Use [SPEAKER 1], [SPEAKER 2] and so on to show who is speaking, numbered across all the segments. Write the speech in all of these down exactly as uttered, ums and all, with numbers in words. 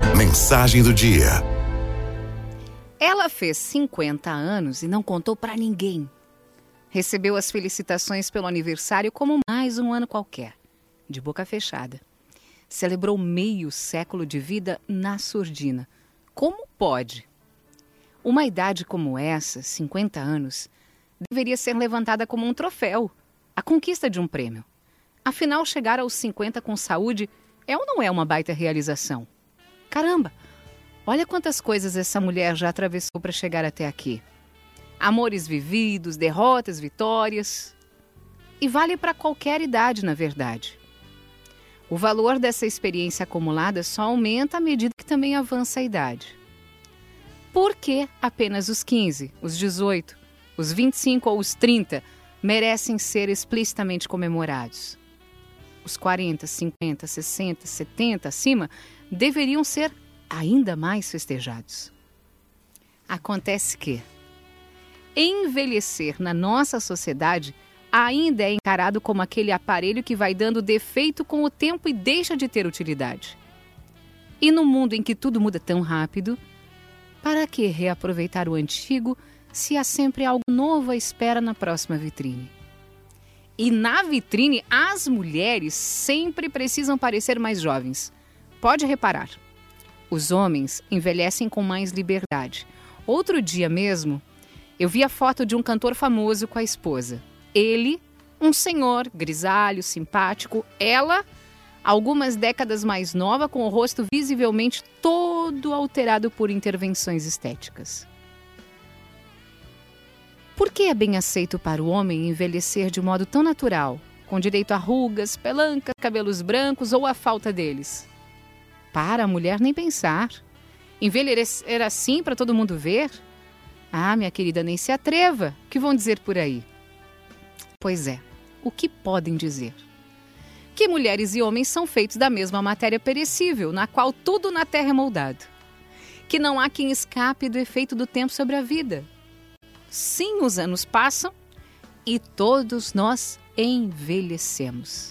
[SPEAKER 1] Mensagem do dia.
[SPEAKER 2] Ela fez cinquenta anos e não contou pra ninguém. Recebeu as felicitações pelo aniversário como mais um ano qualquer, de boca fechada. Celebrou meio século de vida na surdina. Como pode? Uma idade como essa, cinquenta anos, deveria ser levantada como um troféu, a conquista de um prêmio. Afinal, chegar aos cinquenta com saúde é ou não é uma baita realização? Caramba, olha quantas coisas essa mulher já atravessou para chegar até aqui. Amores vividos, derrotas, vitórias. E vale para qualquer idade, na verdade. O valor dessa experiência acumulada só aumenta à medida que também avança a idade. Por que apenas os quinze, os dezoito, os vinte e cinco ou os trinta merecem ser explicitamente comemorados? Os quarenta, cinquenta, sessenta, setenta acima deveriam ser ainda mais festejados. Acontece que envelhecer na nossa sociedade ainda é encarado como aquele aparelho que vai dando defeito com o tempo e deixa de ter utilidade. E no mundo em que tudo muda tão rápido, para que reaproveitar o antigo se há sempre algo novo à espera na próxima vitrine? E na vitrine, as mulheres sempre precisam parecer mais jovens. Pode reparar, os homens envelhecem com mais liberdade. Outro dia mesmo, eu vi a foto de um cantor famoso com a esposa. Ele, um senhor grisalho, simpático. Ela, algumas décadas mais nova, com o rosto visivelmente todo alterado por intervenções estéticas. Por que é bem aceito para o homem envelhecer de modo tão natural, com direito a rugas, pelancas, cabelos brancos ou a falta deles? Para a mulher nem pensar. Envelhecer assim para todo mundo ver? Ah, minha querida, nem se atreva. O que vão dizer por aí? Pois é, o que podem dizer? Que mulheres e homens são feitos da mesma matéria perecível, na qual tudo na terra é moldado. Que não há quem escape do efeito do tempo sobre a vida. Sim, os anos passam e todos nós envelhecemos.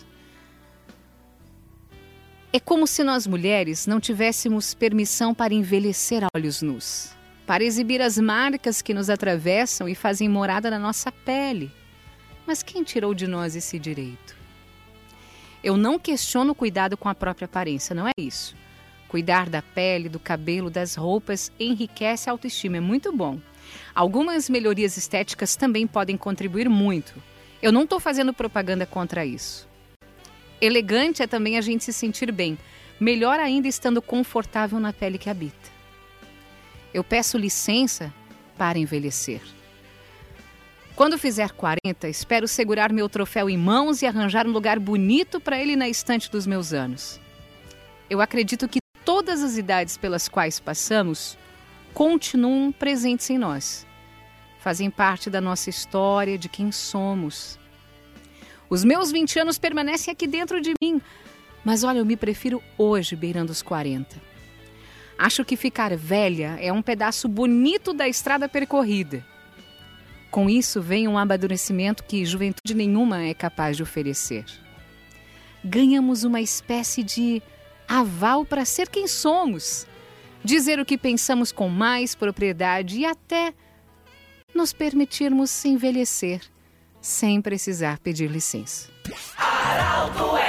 [SPEAKER 2] É como se nós mulheres não tivéssemos permissão para envelhecer a olhos nus, para exibir as marcas que nos atravessam e fazem morada na nossa pele. Mas quem tirou de nós esse direito? Eu não questiono o cuidado com a própria aparência, não é isso. Cuidar da pele, do cabelo, das roupas enriquece a autoestima, é muito bom. Algumas melhorias estéticas também podem contribuir muito. Eu não estou fazendo propaganda contra isso. Elegante é também a gente se sentir bem, melhor ainda estando confortável na pele que habita. Eu peço licença para envelhecer. Quando fizer quarenta, espero segurar meu troféu em mãos e arranjar um lugar bonito para ele na estante dos meus anos. Eu acredito que todas as idades pelas quais passamos continuam presentes em nós. Fazem parte da nossa história, de quem somos. Os meus vinte anos permanecem aqui dentro de mim, mas olha, eu me prefiro hoje beirando os quarenta. Acho que ficar velha é um pedaço bonito da estrada percorrida. Com isso vem um amadurecimento que juventude nenhuma é capaz de oferecer. Ganhamos uma espécie de aval para ser quem somos, dizer o que pensamos com mais propriedade e até nos permitirmos envelhecer sem precisar pedir licença. Arauto